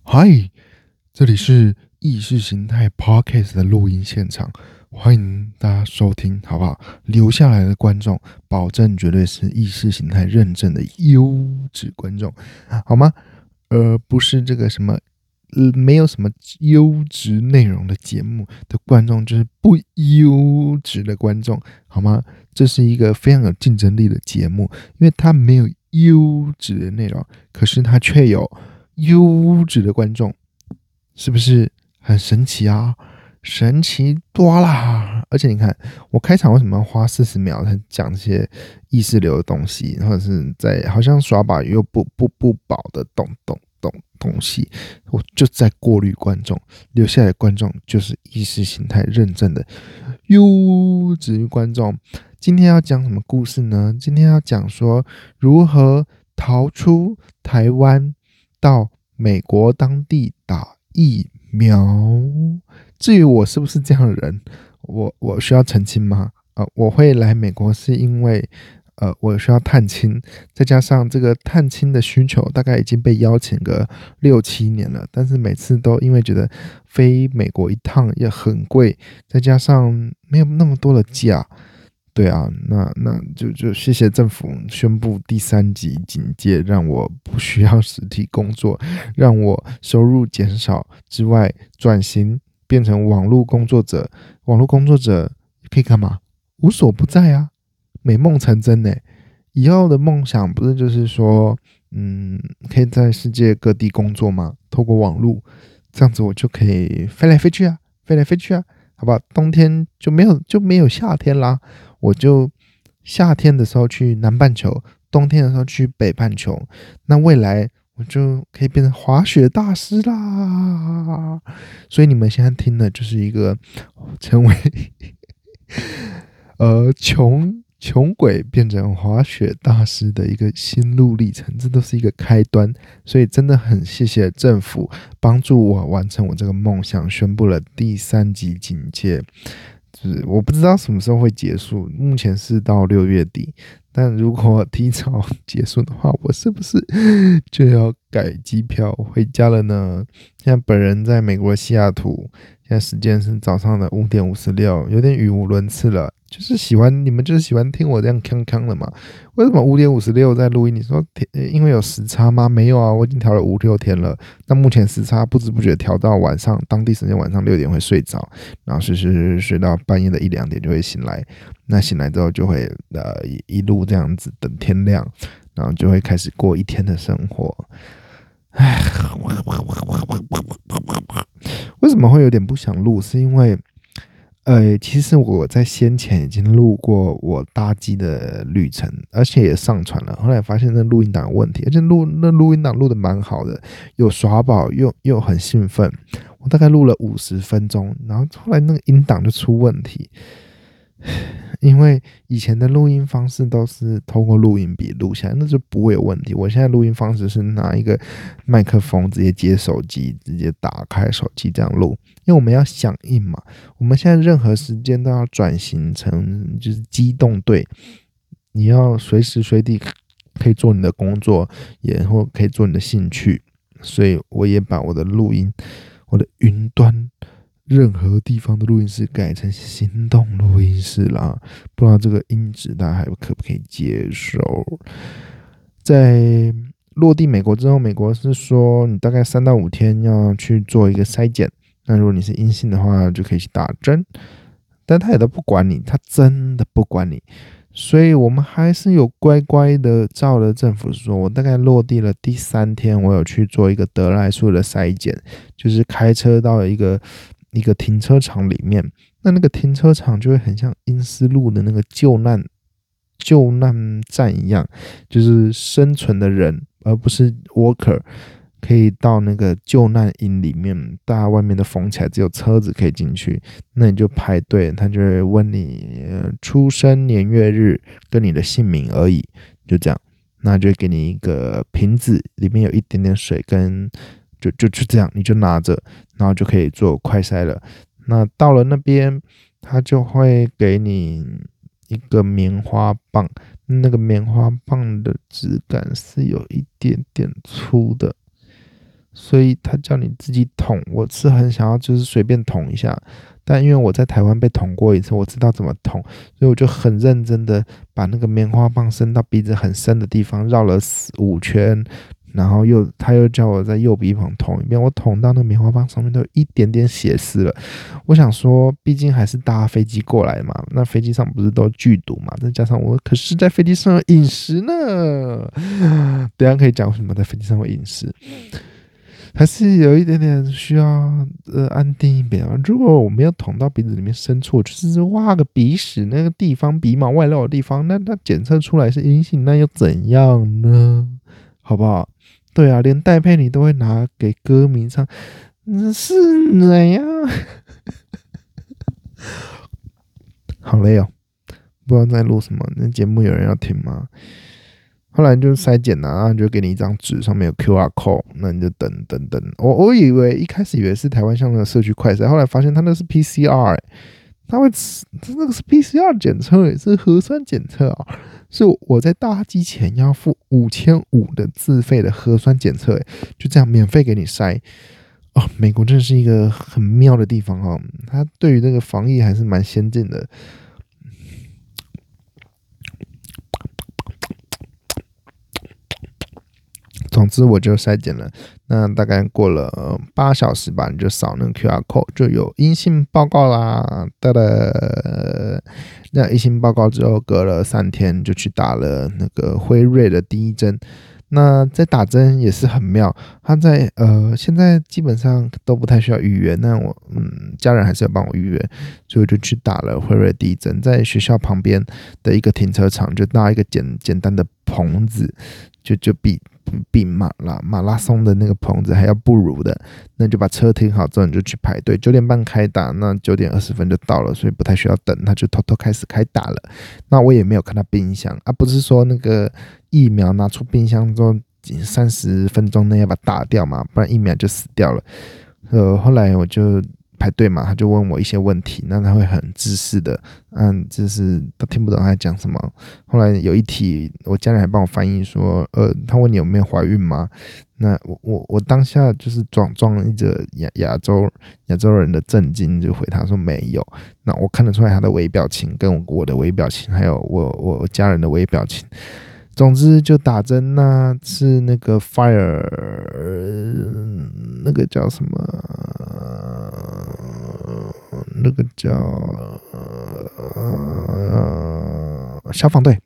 嗨，这里是意识形态 Podcast 的录音现场，欢迎大家收听，好不好？留下来的观众，保证绝对是意识形态认证的优质观众，好吗？不是这个什么，没有什么优质内容的节目的观众，就是不优质的观众，好吗？这是一个非常有竞争力的节目，因为它没有优质的内容，可是它却有优质的观众，是不是很神奇啊？神奇多啦！而且你看，我开场为什么要花40秒才讲这些意识流的东西，或者是在好像耍把又不保的东西，我就在过滤观众，留下来的观众就是意识形态认证的优质观众。今天要讲什么故事呢？今天要讲说如何逃出台湾到美国当地打疫苗。至于我是不是这样的人，我需要澄清吗？我会来美国是因为我需要探亲，再加上这个探亲的需求大概已经被邀请个6、7年了，但是每次都因为觉得飞美国一趟也很贵，再加上没有那么多的假。对啊，那就谢谢政府宣布第3级警戒，让我不需要实体工作，让我收入减少之外，转型变成网络工作者。网络工作者可以干嘛？无所不在啊，美梦成真呢。以后的梦想不是就是说，可以在世界各地工作吗？透过网络，这样子我就可以飞来飞去啊，飞来飞去啊，好吧？冬天就没有夏天啦。我就夏天的时候去南半球，冬天的时候去北半球，那未来我就可以变成滑雪大师啦。所以你们现在听的就是一个成为穷鬼变成滑雪大师的一个心路历程，这都是一个开端。所以真的很谢谢政府帮助我完成我这个梦想，宣布了第3级警戒。就是我不知道什么时候会结束，目前是到6月底。但如果提早结束的话，我是不是就要改机票回家了呢？现在本人在美国西雅图，现在时间是早上的5:56，有点语无伦次了。就是你们就是喜欢听我这样康康的嘛？为什么5:56在录音？你说因为有时差吗？没有啊，我已经调了5、6天了。那目前时差不知不觉调到晚上当地时间晚上6点会睡着，然后睡到半夜的1、2点就会醒来。那醒来之后就会一路这样子等天亮，然后就会开始过一天的生活。唉，为什么会有点不想录？是因为其实我在先前已经录过我搭机的旅程，而且也上传了。后来发现那录音档有问题，而且录音档录的蛮好的，有耍宝又很兴奋。我大概录了50分钟，然后后来那个音档就出问题。因为以前的录音方式都是透过录音笔录下来，那就不会有问题。我现在录音方式是拿一个麦克风直接接手机，直接打开手机这样录，因为我们要响应嘛。我们现在任何时间都要转型成就是机动队，你要随时随地可以做你的工作，也或可以做你的兴趣。所以我也把我的录音，我的云端任何地方的录音室改成行动录音室啦，不知道这个音质大家还可不可以接受？在落地美国之后，美国是说你大概3到5天要去做一个筛检，那如果你是阴性的话，就可以去打针，但他也都不管你，他真的不管你。所以我们还是有乖乖的照了政府说，我大概落地了第3天，我有去做一个得来速的筛检，就是开车到一个停车场里面，那个停车场就会很像阴思路的那个救难站一样，就是生存的人，而不是 worker，可以到那个救难营里面，大家外面都封起来，只有车子可以进去。那你就排队，他就会问你出生年月日跟你的姓名而已，就这样。那就会给你一个瓶子，里面有一点点水跟就这样，你就拿着，然后就可以做快筛了。那到了那边，他就会给你一个棉花棒，那个棉花棒的质感是有一点点粗的， 所以他叫你自己捅。我是很想要就是随便捅一下，但因为我在台湾被捅过一次，我知道怎么捅，所以我就很认真的把那个棉花棒伸到鼻子很深的地方，绕了5圈，然后他又叫我在右鼻孔捅一遍，我捅到那个棉花棒上面都有一点点血丝了。我想说，毕竟还是搭飞机过来嘛，那飞机上不是都剧毒嘛，再加上我可是在飞机上有饮食呢，等一下可以讲为什么在飞机上会饮食。还是有一点点需要安定一点啊。如果我没有捅到鼻子里面深处，就是挖个鼻屎那个地方，鼻毛外露的地方，那它检测出来是阴性，那又怎样呢？好不好？对啊，连戴佩妮都会拿给歌迷唱，是怎样？好累哦，不知道在录什么。那节目有人要听吗？后来就筛检然后就给你一张纸，上面有 QR code， 那你就等。我一开始以为是台湾像那个社区快筛，后来发现它那是 PCR，它那个是 PCR 检测，是核酸检测啊，是我在搭机前要付5500的自费的核酸检测，就这样免费给你筛。哦，美国真的是一个很妙的地方哦，它对于这个防疫还是蛮先进的。总之我就筛检了，那大概过了8小时吧，你就扫那个 QR code 就有阴性报告啦。那阴性报告之后，隔了3天就去打了那个辉瑞的第1针。那在打针也是很妙，他在现在基本上都不太需要预约，那我家人还是要帮我预约，所以我就去打了辉瑞第1针，在学校旁边的一个停车场就搭一个简单的棚子，就比马拉松的那个棚子还要不如的，那就把车停好之后你就去排队，9点半开打，那9点20分就到了，所以不太需要等，他就偷偷开始开打了。那我也没有看到冰箱啊，不是说那个疫苗拿出冰箱之后30分钟内要把它打掉嘛，不然疫苗就死掉了。后来我就排队嘛，他就问我一些问题，那他会很自私的，就是都听不懂他在讲什么。后来有一题，我家人还帮我翻译说，他问你有没有怀孕吗？那我当下就是装一个亚洲人的震惊，就回他说没有。那我看得出来他的微表情跟我的微表情，还有我家人的微表情。总之就打针，那是那个 Fire， 那个叫什么？那个叫消防队，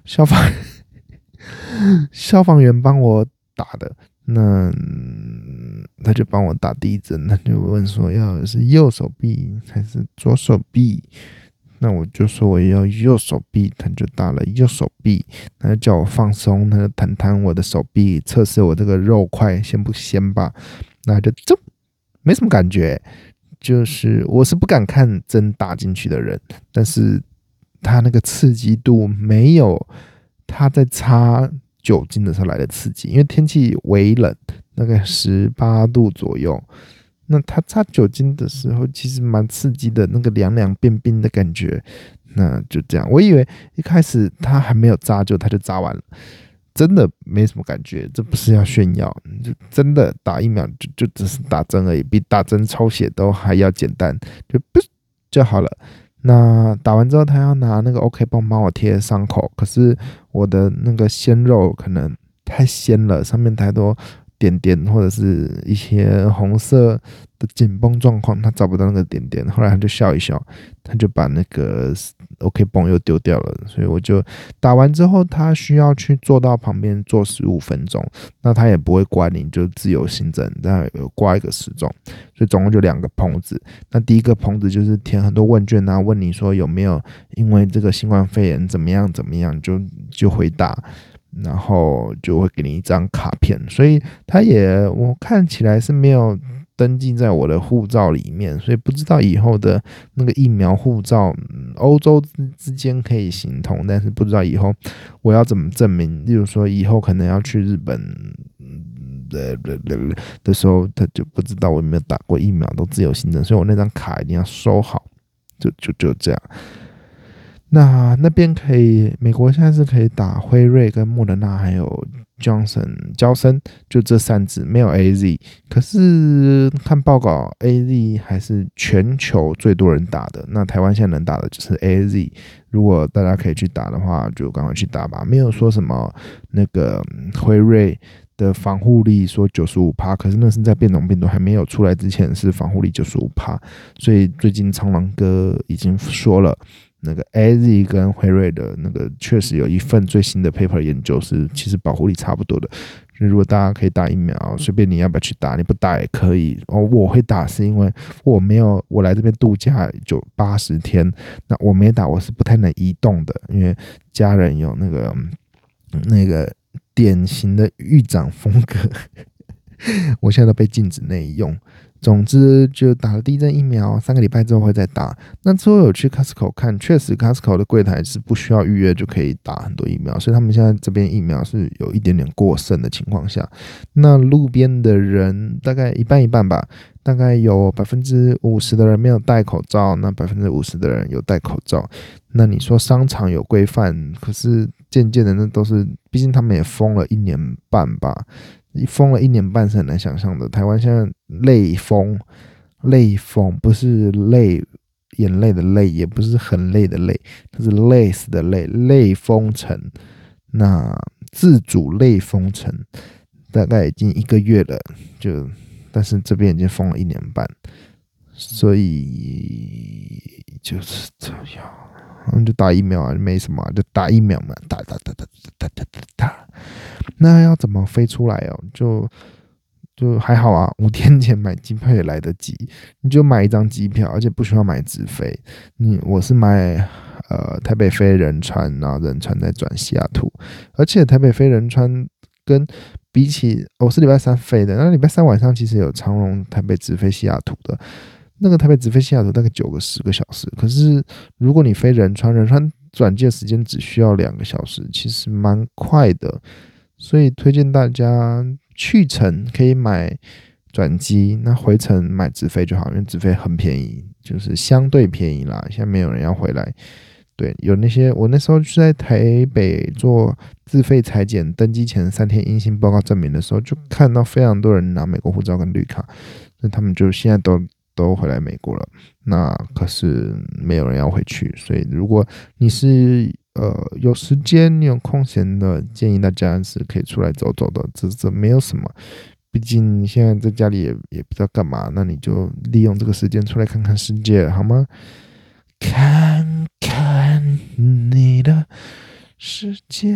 消防员帮我打的。那他就帮我打第1针，他就问说要是右手臂还是左手臂。那我就说我要右手臂，他就打了右手臂，他就叫我放松，他就弹我的手臂，测试我这个肉块先不先吧。那就没什么感觉，就是我是不敢看针打进去的人，但是他那个刺激度没有他在擦酒精的时候来的刺激，因为天气微冷，大概18度左右。那他擦酒精的时候，其实蛮刺激的，那个凉凉变冰的感觉。那就这样，我以为一开始他还没有扎他就扎完了，真的没什么感觉。这不是要炫耀，就真的打疫苗就只是打针而已，比打针抽血都还要简单，就好了。那打完之后，他要拿那个 OK 绷帮我贴伤口，可是我的那个鲜肉可能太鲜了，上面太多点点或者是一些红色的紧绷状况，他找不到那个点点。后来他就笑一笑，他就把那个 OK 绷又丢掉了。所以我就打完之后，他需要去坐到旁边坐15分钟，那他也不会管你，就自由行政，但有挂一个时钟，所以总共就2个棚子。那第一个棚子就是填很多问卷啊，问你说有没有因为这个新冠肺炎怎么样，就回答。然后就会给你一张卡片，所以我看起来是没有登记在我的护照里面，所以不知道以后的那个疫苗护照，欧洲之间可以行通，但是不知道以后我要怎么证明。例如说以后可能要去日本的时候，他就不知道我有没有打过疫苗，都自由行政，所以我那张卡一定要收好，就这样。那边美国现在是可以打辉瑞跟莫德纳还有 Johnson 交生，就这3支，没有 AZ。可是看报告 ，AZ 还是全球最多人打的。那台湾现在能打的就是 AZ。如果大家可以去打的话，就赶快去打吧。没有说什么那个辉瑞的防护力说 95%， 可是那是在变种病毒还没有出来之前是防护力 95%。所以最近苍狼哥已经说了。那个 AZ 跟辉瑞的那个确实有一份最新的 paper 研究是，其实保护力差不多的。所以如果大家可以打疫苗，随便你要不要去打，你不打也可以。我会打是因为我来这边度假就80天，那我没打我是不太能移动的，因为家人有那个典型的狱长风格，我现在都被禁止内用。总之就打了第一针疫苗，3个礼拜之后会再打。那之后有去 Costco 看，确实 Costco 的柜台是不需要预约就可以打很多疫苗，所以他们现在这边疫苗是有一点点过剩的情况下，那路边的人大概一半一半吧，大概有50%的人没有戴口罩，那50%的人有戴口罩。那你说商场有规范，可是渐渐的那都是，毕竟他们也封了1年半吧。封了1年半是很难想象的。台湾现在类封不是眼泪的泪，也不是很累的累，它是累死的累，类封城。那自主类封城大概已经1个月了，但是这边已经封了1年半，所以就是这样。就打疫苗啊，没什么就打疫苗嘛，打。那要怎么飞出来哦？就还好啊，5天前买机票也来得及，你就买一张机票，而且不需要买直飞。我是买台北飞仁川，然后仁川再转西雅图，而且台北飞仁川跟比起我是礼拜3飞的，那礼拜3晚上其实有长荣台北直飞西雅图的。那个台北直飞西雅图大概9个10个小时，可是如果你飞仁川转机的时间只需要2个小时，其实蛮快的，所以推荐大家去程可以买转机，那回程买直飞就好，因为直飞很便宜，就是相对便宜啦。现在没有人要回来，对，有那些我那时候是在台北做自费采检，登机前3天阴性报告证明的时候，就看到非常多人拿美国护照跟绿卡，那他们就现在都回来美国了，那可是没有人要回去，所以如果你是有时间你有空闲的，建议大家是可以出来走走的，这没有什么，毕竟你现在在家里也不知道干嘛，那你就利用这个时间出来看看世界好吗？看看你的世界。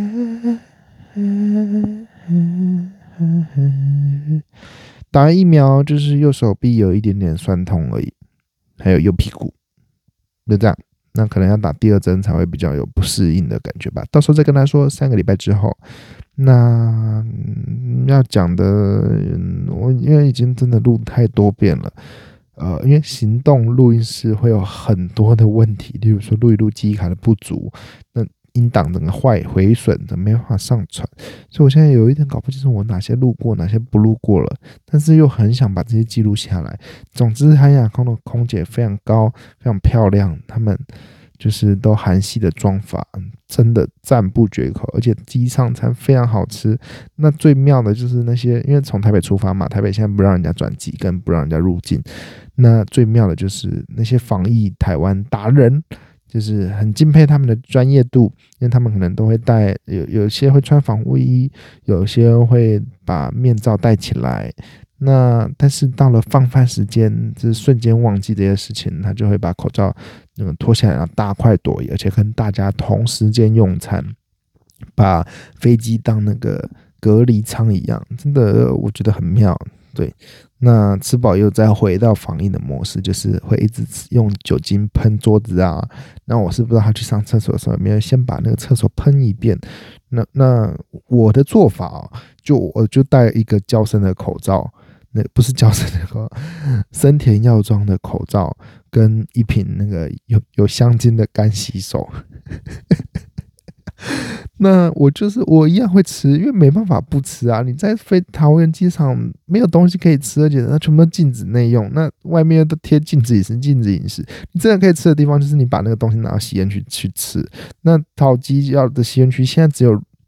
打疫苗就是右手臂有一点点酸痛而已，还有右屁股，就这样。那可能要打第2针才会比较有不适应的感觉吧。到时候再跟他说3个礼拜之后。那要讲的，我因为已经真的录太多遍了，因为行动录音室会有很多的问题，例如说录一录记忆卡的不足，那音档整个毁损的没办法上传，所以我现在有一点搞不清楚我哪些录过哪些不录过了，但是又很想把这些记录下来。总之韩亚空的空姐非常高非常漂亮，他们就是都韩系的妆法真的赞不绝口，而且机上餐非常好吃。那最妙的就是那些，因为从台北出发嘛，台北现在不让人家转机跟不让人家入境，那最妙的就是那些防疫台湾达人，就是很敬佩他们的专业度，因为他们可能都会戴，有些会穿防护衣，有些会把面罩戴起来。那但是到了放饭时间，就是瞬间忘记这些事情，他就会把口罩脱下来，然后大快朵颐，而且跟大家同时间用餐，把飞机当那个隔离舱一样，真的我觉得很妙。对，那吃饱又再回到防疫的模式，就是会一直用酒精喷桌子啊。那我是不知道他去上厕所的时候有没有先把那个厕所喷一遍。那我的做法我就戴一个娇生的口罩，那不是娇生的口罩，森田药妆的口罩，跟一瓶那个有香精的干洗手。那我一样会吃，因为没办法不吃啊！你在桃园机场没有东西可以吃，而且它全部都禁止内用，那外面都贴禁止饮食，禁止饮食。你真的可以吃的地方，就是你把那个东西拿到吸烟区去吃。那桃机要的吸烟区现在只有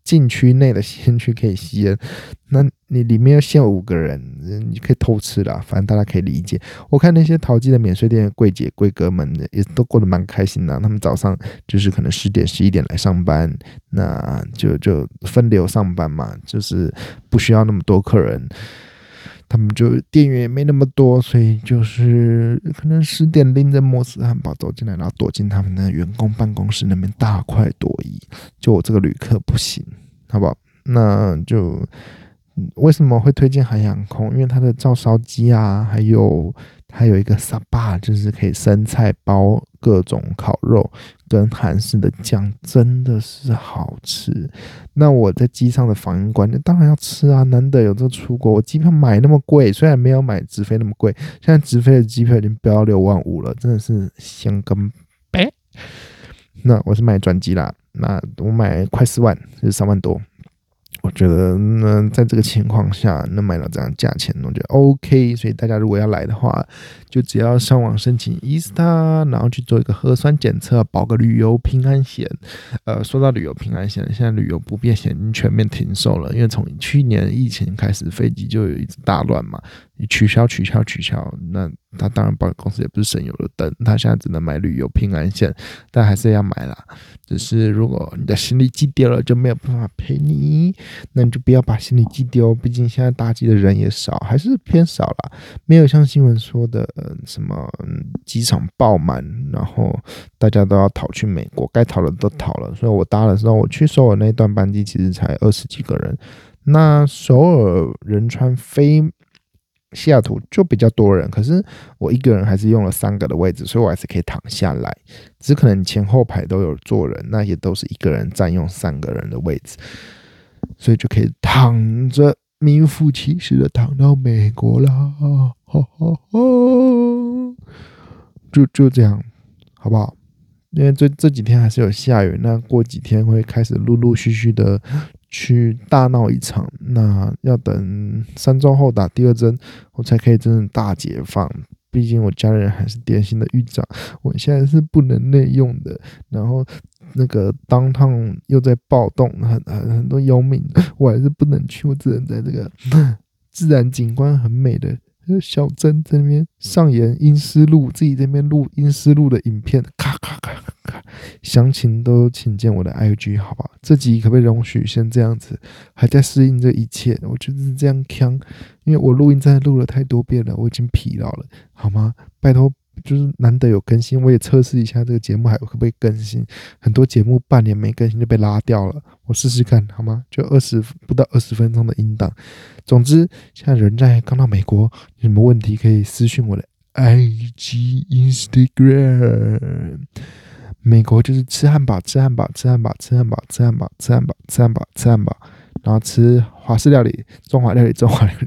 禁区内的先区可以吸烟，那你里面要限5个人，你可以偷吃啦，反正大家可以理解。我看那些淘机的免税店的柜姐柜哥们也都过得蛮开心的，他们早上就是可能10点11点来上班，那就分流上班嘛，就是不需要那么多客人。他们就店员也没那么多，所以就是可能10点拎着摩斯汉堡走进来，然后躲进他们的员工办公室那边大快朵颐。就我这个旅客不行，好不好？那就为什么会推荐韩航空？因为它的照烧鸡啊，还有它有一个沙巴，就是可以生菜包各种烤肉跟韩式的酱，真的是好吃。那我在机上的防疫观念当然要吃啊，难得有这个出国，我机票买那么贵，虽然没有买直飞那么贵，现在直飞的机票已经飙到6万5了，真的是香跟白。那我是买转机啦，那我买快4万，就是3万多。我觉得在这个情况下能买到这样价钱，我觉得 OK。所以大家如果要来的话，就只要上网申请 ESTA， 然后去做一个核酸检测，保个旅游平安险。说到旅游平安险，现在旅游不便险已经全面停售了，因为从去年疫情开始，飞机就有一直大乱嘛，你取消，那他当然保险公司也不是省油的灯，他现在只能买旅游平安险，但还是要买啦。只是如果你的行李寄丢了，就没有办法赔你，那你就不要把行李寄丢，毕竟现在搭机的人也少，还是偏少啦，没有像新闻说的什么机场爆满，然后大家都要逃去美国，该逃的都逃了。所以我搭的时候，我去首尔那一段班机其实才20几个人，那首尔仁川飞西雅图就比较多人，可是我一个人还是用了3个的位置，所以我还是可以躺下来，只是可能前后排都有坐人，那也都是一个人占用3个人的位置，所以就可以躺着名副其实的躺到美国啦，就这样，好不好？因为这几天还是有下雨，那过几天会开始陆陆续续的去大闹一场，那要等3周后打第2针，我才可以真正大解放。毕竟我家人还是典型的狱长，我现在是不能内用的。然后那个downtown又在暴动，很多游民，我还是不能去，我只能在这个自然景观很美的小镇在那边上演阴尸路，自己在那边录阴尸路的影片，咔咔咔咔咔。详情都请见我的 IG， 好吧？这集可不可以容许先这样子？还在适应这一切，我觉得是这样呛，因为我录音真的录了太多遍了，我已经疲劳了，好吗？拜托。就是难得有更新，我也测试一下这个节目还可不可以更新。很多节目半年没更新就被拉掉了，我试试看好吗？就不到20分钟的音档。总之，现在人在刚到美国，有什么问题可以私讯我的 IG、Instagram。美国就是吃汉堡，然后吃华式料理、中华料理。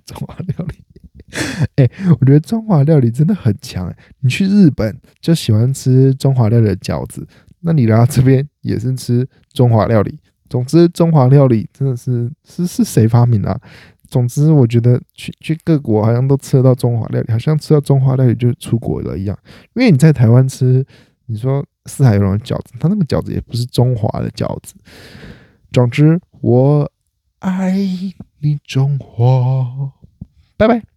我觉得中华料理真的很强。你去日本就喜欢吃中华料理的饺子，那你来到这边也是吃中华料理。总之，中华料理真的是谁发明的啊？总之，我觉得去各国好像都吃得到中华料理，好像吃到中华料理就出国了一样。因为你在台湾吃，你说四海游龙的饺子，它那个饺子也不是中华的饺子。总之，我爱你中华，拜拜。